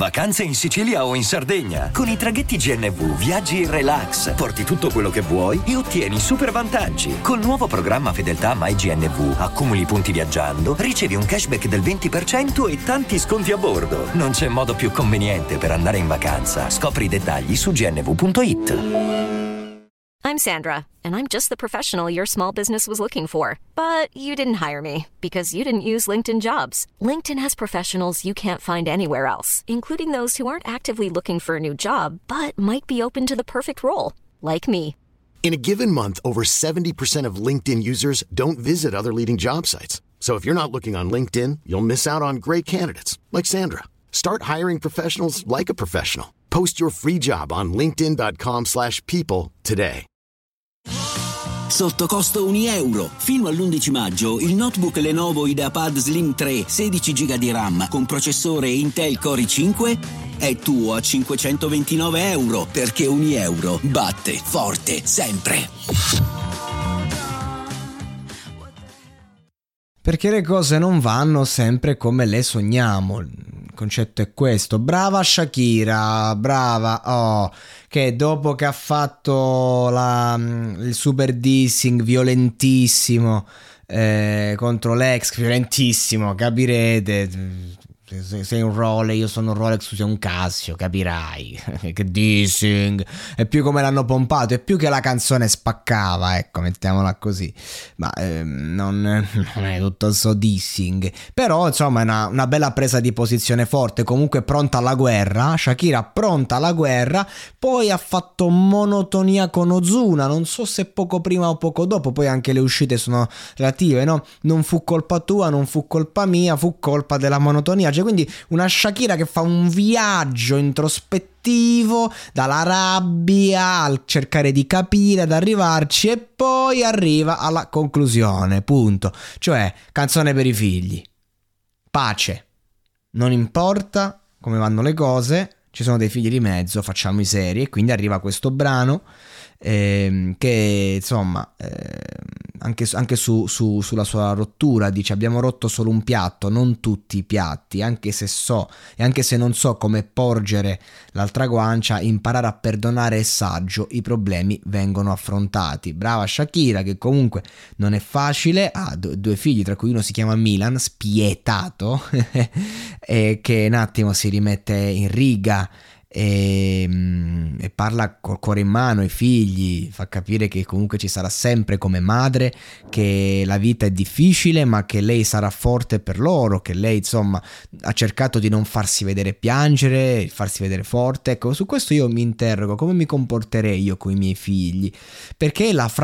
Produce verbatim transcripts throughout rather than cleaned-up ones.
Vacanze in Sicilia o in Sardegna. Con i traghetti G N V viaggi in relax, porti tutto quello che vuoi e ottieni super vantaggi. Col nuovo programma Fedeltà MyGNV accumuli punti viaggiando, ricevi un cashback del venti per cento e tanti sconti a bordo. Non c'è modo più conveniente per andare in vacanza. Scopri i dettagli su g n v punto i t. I'm Sandra, and I'm just the professional your small business was looking for. But you didn't hire me because you didn't use LinkedIn Jobs. LinkedIn has professionals you can't find anywhere else, including those who aren't actively looking for a new job, but might be open to the perfect role, like me. In a given month, over seventy percent of LinkedIn users don't visit other leading job sites. So if you're not looking on LinkedIn, you'll miss out on great candidates like Sandra. Start hiring professionals like a professional. Post your free job on linkedin dot com slash people today. Sotto costo un euro. Fino all'undici maggio il notebook Lenovo IdeaPad Slim tre sedici giga di RAM con processore Intel Core i cinque è tuo a cinquecentoventinove euro, perché un euro batte forte sempre. Perché le cose non vanno sempre come le sogniamo. Il concetto è questo. Brava Shakira, brava, oh, che dopo che ha fatto la, il super dissing violentissimo eh, contro l'ex, violentissimo, capirete. Se sei un Rolex, io sono un Rolex, tu sei un Casio, capirai. Che dissing. È più come l'hanno pompato, è più che la canzone spaccava, ecco, mettiamola così. Ma ehm, non, non è tutto so dissing. Però insomma è una, una bella presa di posizione forte, comunque pronta alla guerra. Shakira pronta alla guerra. Poi ha fatto monotonia con Ozuna, non so se poco prima o poco dopo. Poi anche le uscite sono relative, no? Non fu colpa tua, non fu colpa mia, fu colpa della monotonia. Cioè, quindi una Shakira che fa un viaggio introspettivo dalla rabbia al cercare di capire, ad arrivarci, e poi arriva alla conclusione, punto. Cioè, canzone per i figli, pace, non importa come vanno le cose, ci sono dei figli di mezzo, facciamo i seri. E quindi arriva questo brano ehm, che insomma ehm, anche, anche su, su, sulla sua rottura dice: abbiamo rotto solo un piatto, non tutti i piatti, anche se so e anche se non so come porgere l'altra guancia, imparare a perdonare è saggio, i problemi vengono affrontati. Brava Shakira, che comunque non è facile, ha d- due figli tra cui uno si chiama Milan, spietato e che un attimo si rimette in riga e, e parla col cuore in mano ai figli, fa capire che comunque ci sarà sempre come madre, che la vita è difficile ma che lei sarà forte per loro, che lei insomma ha cercato di non farsi vedere piangere, farsi vedere forte. Ecco, su questo io mi interrogo: come mi comporterei io con i miei figli? Perché la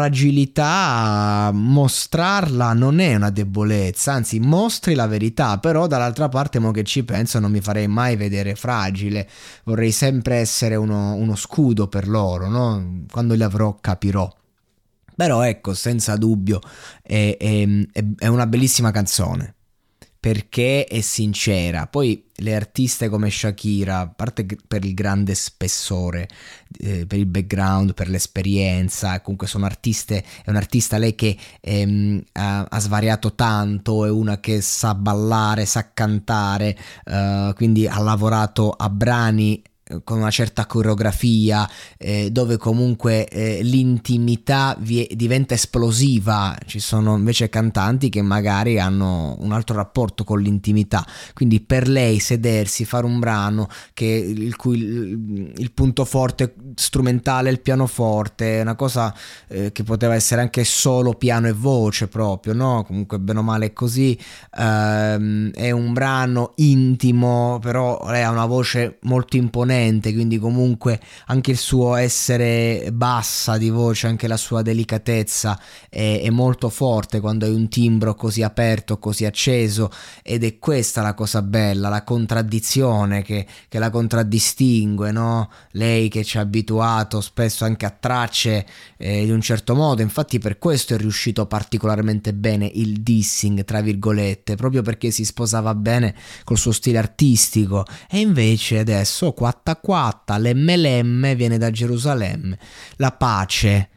fragilità, mostrarla non è una debolezza, anzi mostri la verità. Però dall'altra parte, mo che ci penso, non mi farei mai vedere fragile, vorrei sempre essere uno, uno scudo per loro, no? Quando li avrò capirò. Però ecco, senza dubbio è, è, è una bellissima canzone, perché è sincera. Poi le artiste come Shakira, a parte per il grande spessore, eh, per il background, per l'esperienza, comunque sono artiste, è un'artista lei che ehm, ha, ha svariato tanto, è una che sa ballare, sa cantare, eh, quindi ha lavorato a brani con una certa coreografia, eh, dove comunque eh, l'intimità vi- diventa esplosiva. Ci sono invece cantanti che magari hanno un altro rapporto con l'intimità, quindi per lei sedersi, fare un brano che il cui il, il punto forte strumentale è il pianoforte, è una cosa eh, che poteva essere anche solo piano e voce proprio, no? Comunque bene o male è così. Ehm, è un brano intimo, però lei ha una voce molto imponente, quindi comunque anche il suo essere bassa di voce, anche la sua delicatezza è, è molto forte quando hai un timbro così aperto, così acceso. Ed è questa la cosa bella, la contraddizione che, che la contraddistingue, no? Lei che ci ha abituato spesso anche a tracce eh, di un certo modo. Infatti per questo è riuscito particolarmente bene il dissing, tra virgolette, proprio perché si sposava bene col suo stile artistico. E invece adesso quatta quatta, l'emme l'emme viene da Gerusalemme, la pace,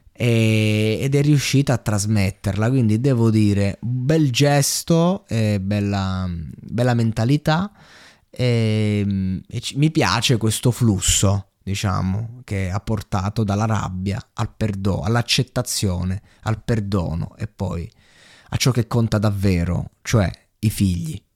e, ed è riuscita a trasmetterla. Quindi devo dire, bel gesto, eh, bella, bella mentalità, e, e ci, mi piace questo flusso, diciamo, che ha portato dalla rabbia al perdono, all'accettazione, al perdono e poi a ciò che conta davvero, cioè i figli.